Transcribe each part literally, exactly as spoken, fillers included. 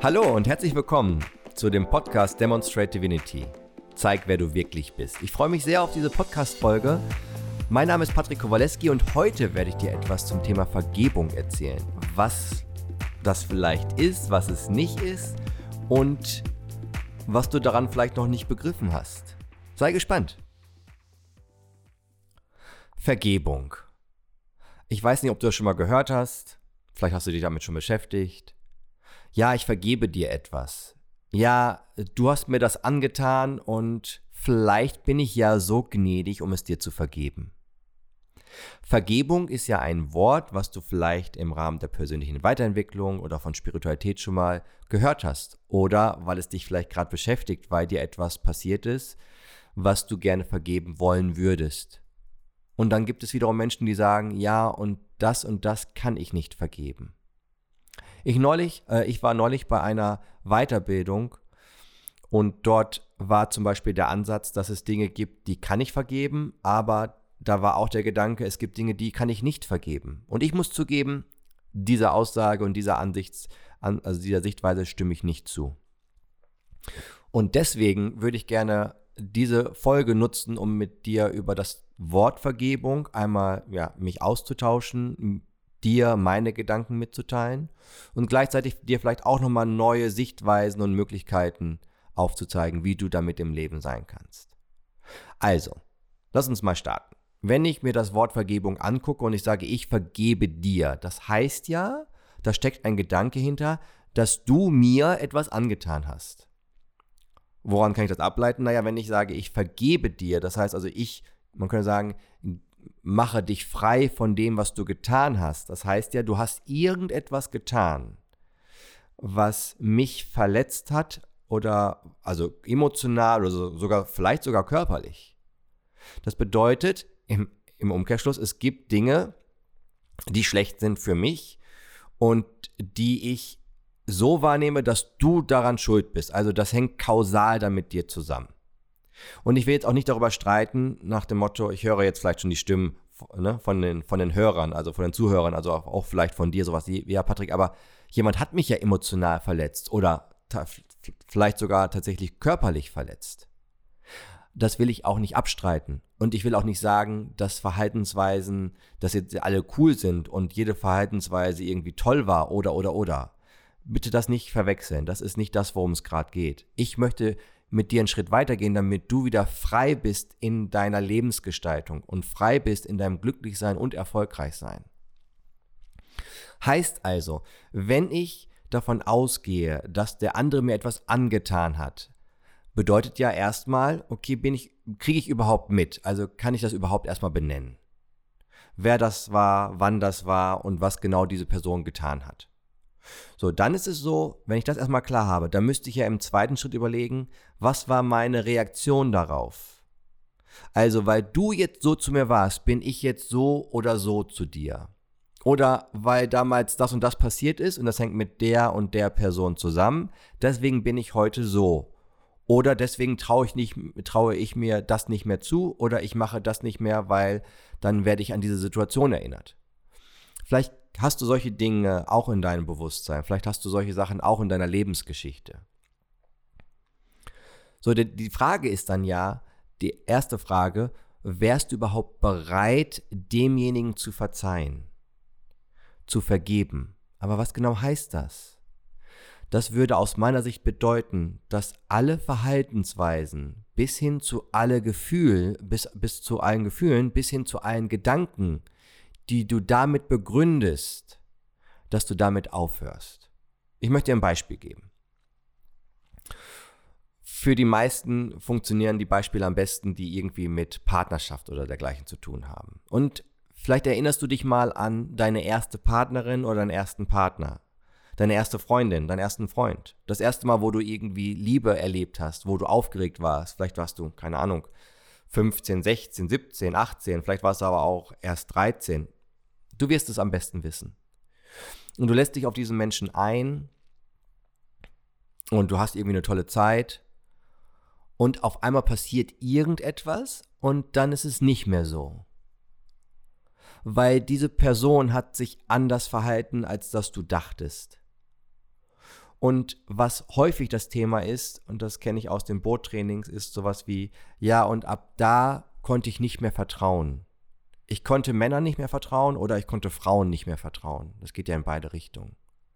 Hallo und herzlich willkommen zu dem Podcast Demonstrate Divinity. Zeig, wer du wirklich bist. Ich freue mich sehr auf diese Podcast-Folge. Mein Name ist Patrick Kowaleski und heute werde ich dir etwas zum Thema Vergebung erzählen. Was das vielleicht ist, was es nicht ist und was du daran vielleicht noch nicht begriffen hast. Sei gespannt. Vergebung. Ich weiß nicht, ob du das schon mal gehört hast. Vielleicht hast du dich damit schon beschäftigt. Ja, ich vergebe dir etwas. Ja, du hast mir das angetan und vielleicht bin ich ja so gnädig, um es dir zu vergeben. Vergebung ist ja ein Wort, was du vielleicht im Rahmen der persönlichen Weiterentwicklung oder von Spiritualität schon mal gehört hast. Oder weil es dich vielleicht gerade beschäftigt, weil dir etwas passiert ist, was du gerne vergeben wollen würdest. Und dann gibt es wiederum Menschen, die sagen, ja, und das und das kann ich nicht vergeben. Ich, neulich, äh, ich war neulich bei einer Weiterbildung und dort war zum Beispiel der Ansatz, dass es Dinge gibt, die kann ich vergeben, aber da war auch der Gedanke, es gibt Dinge, die kann ich nicht vergeben. Und ich muss zugeben, dieser Aussage und dieser Ansichts, also dieser Sichtweise stimme ich nicht zu. Und deswegen würde ich gerne diese Folge nutzen, um mit dir über das Wort Vergebung einmal ja, mich auszutauschen, dir meine Gedanken mitzuteilen und gleichzeitig dir vielleicht auch nochmal neue Sichtweisen und Möglichkeiten aufzuzeigen, wie du damit im Leben sein kannst. Also, lass uns mal starten. Wenn ich mir das Wort Vergebung angucke und ich sage, ich vergebe dir, das heißt ja, da steckt ein Gedanke hinter, dass du mir etwas angetan hast. Woran kann ich das ableiten? Naja, wenn ich sage, ich vergebe dir, das heißt also ich, man könnte sagen, mache dich frei von dem, was du getan hast. Das heißt ja, du hast irgendetwas getan, was mich verletzt hat oder also emotional oder so, sogar vielleicht sogar körperlich. Das bedeutet im, im Umkehrschluss, es gibt Dinge, die schlecht sind für mich und die ich so wahrnehme, dass du daran schuld bist. Also das hängt kausal dann mit dir zusammen. Und ich will jetzt auch nicht darüber streiten, nach dem Motto, ich höre jetzt vielleicht schon die Stimmen ne, von, den, von den Hörern, also von den Zuhörern, also auch, auch vielleicht von dir, sowas wie, ja Patrick, aber jemand hat mich ja emotional verletzt oder ta- vielleicht sogar tatsächlich körperlich verletzt. Das will ich auch nicht abstreiten. Und ich will auch nicht sagen, dass Verhaltensweisen, dass jetzt alle cool sind und jede Verhaltensweise irgendwie toll war oder, oder, oder. Bitte das nicht verwechseln. Das ist nicht das, worum es gerade geht. Ich möchte mit dir einen Schritt weitergehen, damit du wieder frei bist in deiner Lebensgestaltung und frei bist in deinem Glücklichsein und Erfolgreichsein. Heißt also, wenn ich davon ausgehe, dass der andere mir etwas angetan hat, bedeutet ja erstmal, okay, bin ich, kriege ich überhaupt mit? Also kann ich das überhaupt erstmal benennen? Wer das war, wann das war und was genau diese Person getan hat. So, dann ist es so, wenn ich das erstmal klar habe, dann müsste ich ja im zweiten Schritt überlegen, was war meine Reaktion darauf? Also, weil du jetzt so zu mir warst, bin ich jetzt so oder so zu dir. Oder weil damals das und das passiert ist und das hängt mit der und der Person zusammen, deswegen bin ich heute so. Oder deswegen traue ich, nicht, traue ich mir das nicht mehr zu oder ich mache das nicht mehr, weil dann werde ich an diese Situation erinnert. Vielleicht hast du solche Dinge auch in deinem Bewusstsein. Vielleicht hast du solche Sachen auch in deiner Lebensgeschichte. So, die, die Frage ist dann ja, die erste Frage, wärst du überhaupt bereit, demjenigen zu verzeihen, zu vergeben? Aber was genau heißt das? Das würde aus meiner Sicht bedeuten, dass alle Verhaltensweisen bis hin zu alle Gefühle, bis, bis zu allen Gefühlen, bis hin zu allen Gedanken, die du damit begründest, dass du damit aufhörst. Ich möchte dir ein Beispiel geben. Für die meisten funktionieren die Beispiele am besten, die irgendwie mit Partnerschaft oder dergleichen zu tun haben. Und vielleicht erinnerst du dich mal an deine erste Partnerin oder deinen ersten Partner, deine erste Freundin, deinen ersten Freund. Das erste Mal, wo du irgendwie Liebe erlebt hast, wo du aufgeregt warst. Vielleicht warst du, keine Ahnung, fünfzehn, sechzehn, siebzehn, achtzehn, vielleicht warst du aber auch erst dreizehn. Du wirst es am besten wissen. Und du lässt dich auf diesen Menschen ein und du hast irgendwie eine tolle Zeit und auf einmal passiert irgendetwas und dann ist es nicht mehr so. Weil diese Person hat sich anders verhalten, als dass du dachtest. Und was häufig das Thema ist, und das kenne ich aus den Boottrainings, ist sowas wie, ja, und ab da konnte ich nicht mehr vertrauen. Ich konnte Männern nicht mehr vertrauen oder ich konnte Frauen nicht mehr vertrauen. Das geht ja in beide Richtungen.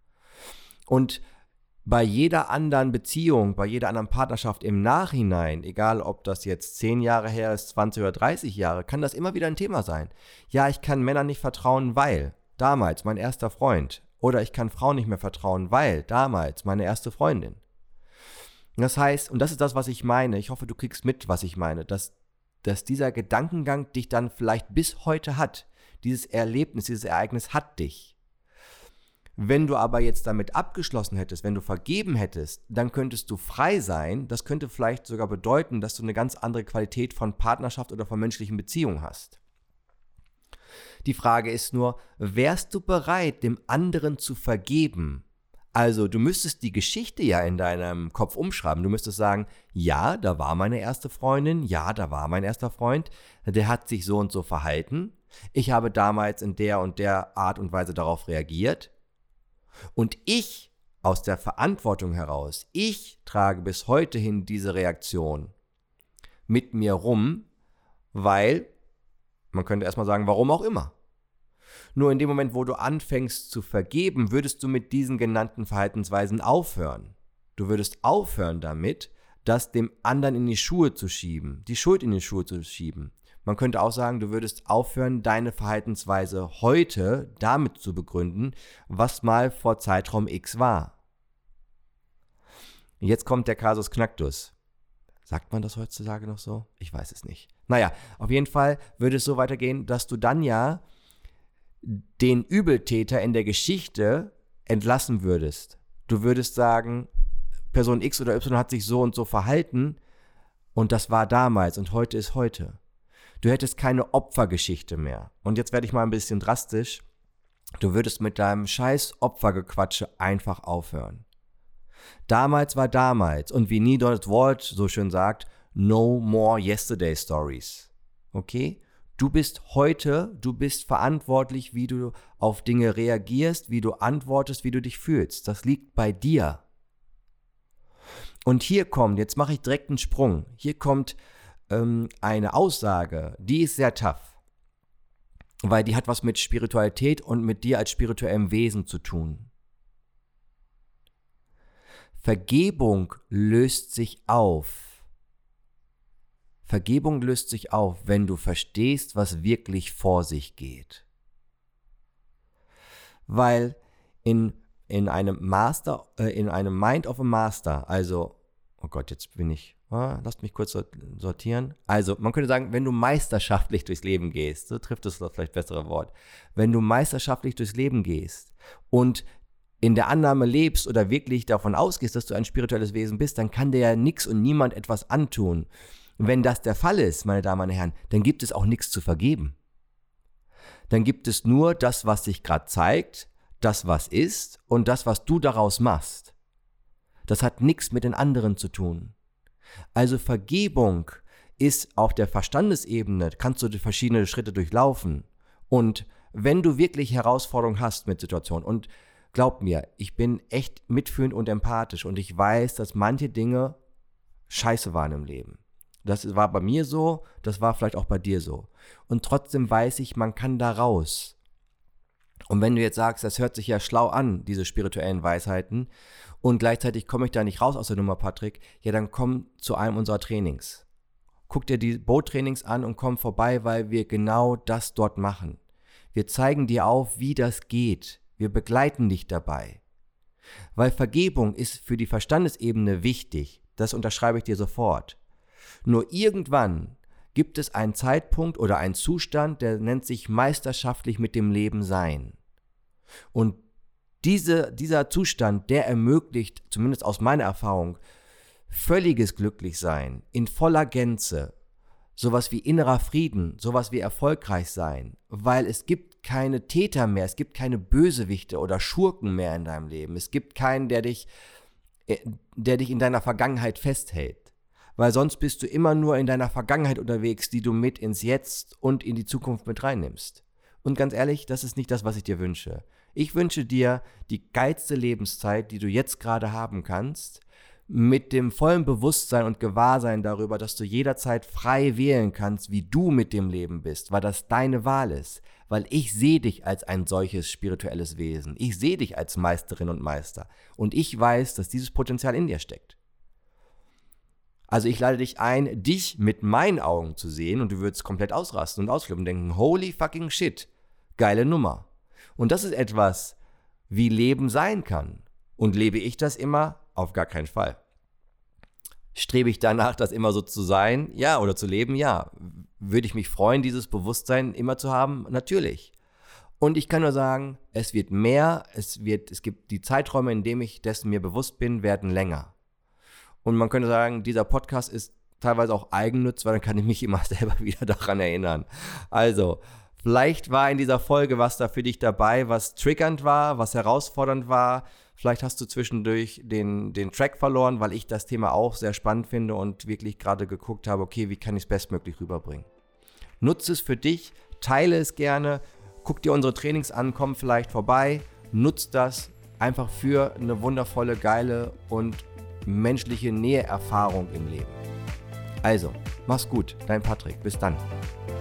Und bei jeder anderen Beziehung, bei jeder anderen Partnerschaft im Nachhinein, egal ob das jetzt zehn Jahre her ist, zwanzig oder dreißig Jahre, kann das immer wieder ein Thema sein. Ja, ich kann Männern nicht vertrauen, weil damals mein erster Freund. Oder ich kann Frauen nicht mehr vertrauen, weil damals meine erste Freundin. Das heißt, und das ist das, was ich meine, ich hoffe, du kriegst mit, was ich meine, dass, dass dieser Gedankengang dich dann vielleicht bis heute hat. Dieses Erlebnis, dieses Ereignis hat dich. Wenn du aber jetzt damit abgeschlossen hättest, wenn du vergeben hättest, dann könntest du frei sein. Das könnte vielleicht sogar bedeuten, dass du eine ganz andere Qualität von Partnerschaft oder von menschlichen Beziehungen hast. Die Frage ist nur, wärst du bereit, dem anderen zu vergeben? Also du müsstest die Geschichte ja in deinem Kopf umschreiben. Du müsstest sagen, ja, da war meine erste Freundin, ja, da war mein erster Freund, der hat sich so und so verhalten. Ich habe damals in der und der Art und Weise darauf reagiert. Und ich, aus der Verantwortung heraus, ich trage bis heute hin diese Reaktion mit mir rum, weil, man könnte erstmal sagen, warum auch immer. Nur in dem Moment, wo du anfängst zu vergeben, würdest du mit diesen genannten Verhaltensweisen aufhören. Du würdest aufhören damit, das dem anderen in die Schuhe zu schieben, die Schuld in die Schuhe zu schieben. Man könnte auch sagen, du würdest aufhören, deine Verhaltensweise heute damit zu begründen, was mal vor Zeitraum X war. Jetzt kommt der Kasus Knacktus. Sagt man das heutzutage noch so? Ich weiß es nicht. Naja, auf jeden Fall würde es so weitergehen, dass du dann ja den Übeltäter in der Geschichte entlassen würdest. Du würdest sagen, Person X oder Y hat sich so und so verhalten und das war damals und heute ist heute. Du hättest keine Opfergeschichte mehr. Und jetzt werde ich mal ein bisschen drastisch. Du würdest mit deinem scheiß Opfergequatsche einfach aufhören. Damals war damals. Und wie Neil Walt so schön sagt, no more yesterday stories. Okay? Du bist heute, du bist verantwortlich, wie du auf Dinge reagierst, wie du antwortest, wie du dich fühlst. Das liegt bei dir. Und hier kommt, jetzt mache ich direkt einen Sprung. Hier kommt eine Aussage, die ist sehr tough, weil die hat was mit Spiritualität und mit dir als spirituellem Wesen zu tun. Vergebung löst sich auf. Vergebung löst sich auf, wenn du verstehst, was wirklich vor sich geht. Weil in, in einem Master, äh, in einem Mind of a Master, also, oh Gott, jetzt bin ich Ah, lasst mich kurz sortieren. Also, man könnte sagen, wenn du meisterschaftlich durchs Leben gehst, so trifft es das vielleicht bessere Wort, wenn du meisterschaftlich durchs Leben gehst und in der Annahme lebst oder wirklich davon ausgehst, dass du ein spirituelles Wesen bist, dann kann dir ja nichts und niemand etwas antun. Wenn das der Fall ist, meine Damen und Herren, dann gibt es auch nichts zu vergeben. Dann gibt es nur das, was sich gerade zeigt, das, was ist und das, was du daraus machst. Das hat nichts mit den anderen zu tun. Also Vergebung ist auf der Verstandesebene, kannst du verschiedene Schritte durchlaufen. Und wenn du wirklich Herausforderungen hast mit Situationen, und glaub mir, ich bin echt mitfühlend und empathisch und ich weiß, dass manche Dinge scheiße waren im Leben. Das war bei mir so, das war vielleicht auch bei dir so. Und trotzdem weiß ich, man kann da raus. Und wenn du jetzt sagst, das hört sich ja schlau an, diese spirituellen Weisheiten, und gleichzeitig komme ich da nicht raus aus der Nummer, Patrick, ja, dann komm zu einem unserer Trainings. Guck dir die Boottrainings an und komm vorbei, weil wir genau das dort machen. Wir zeigen dir auf, wie das geht. Wir begleiten dich dabei. Weil Vergebung ist für die Verstandesebene wichtig. Das unterschreibe ich dir sofort. Nur irgendwann gibt es einen Zeitpunkt oder einen Zustand, der nennt sich meisterschaftlich mit dem Leben sein. Und diese, dieser Zustand, der ermöglicht, zumindest aus meiner Erfahrung, völliges Glücklichsein in voller Gänze, sowas wie innerer Frieden, sowas wie erfolgreich sein, weil es gibt keine Täter mehr, es gibt keine Bösewichte oder Schurken mehr in deinem Leben, es gibt keinen, der dich, der dich in deiner Vergangenheit festhält, weil sonst bist du immer nur in deiner Vergangenheit unterwegs, die du mit ins Jetzt und in die Zukunft mit reinnimmst. Und ganz ehrlich, das ist nicht das, was ich dir wünsche. Ich wünsche dir die geilste Lebenszeit, die du jetzt gerade haben kannst, mit dem vollen Bewusstsein und Gewahrsein darüber, dass du jederzeit frei wählen kannst, wie du mit dem Leben bist, weil das deine Wahl ist. Weil ich sehe dich als ein solches spirituelles Wesen. Ich sehe dich als Meisterin und Meister. Und ich weiß, dass dieses Potenzial in dir steckt. Also ich lade dich ein, dich mit meinen Augen zu sehen und du würdest komplett ausrasten und ausflippen und denken, holy fucking shit, geile Nummer. Und das ist etwas, wie Leben sein kann. Und lebe ich das immer? Auf gar keinen Fall. Strebe ich danach, das immer so zu sein? Ja, oder zu leben? Ja. Würde ich mich freuen, dieses Bewusstsein immer zu haben? Natürlich. Und ich kann nur sagen, es wird mehr, es wird, es gibt die Zeiträume, in denen ich dessen mir bewusst bin, werden länger. Und man könnte sagen, dieser Podcast ist teilweise auch eigennütz, weil dann kann ich mich immer selber wieder daran erinnern. Also, vielleicht war in dieser Folge was da für dich dabei, was triggernd war, was herausfordernd war. Vielleicht hast du zwischendurch den, den Track verloren, weil ich das Thema auch sehr spannend finde und wirklich gerade geguckt habe, okay, wie kann ich es bestmöglich rüberbringen. Nutze es für dich, teile es gerne, guck dir unsere Trainings an, komm vielleicht vorbei, nutz das einfach für eine wundervolle, geile und menschliche Näheerfahrung im Leben. Also, mach's gut, dein Patrick, bis dann.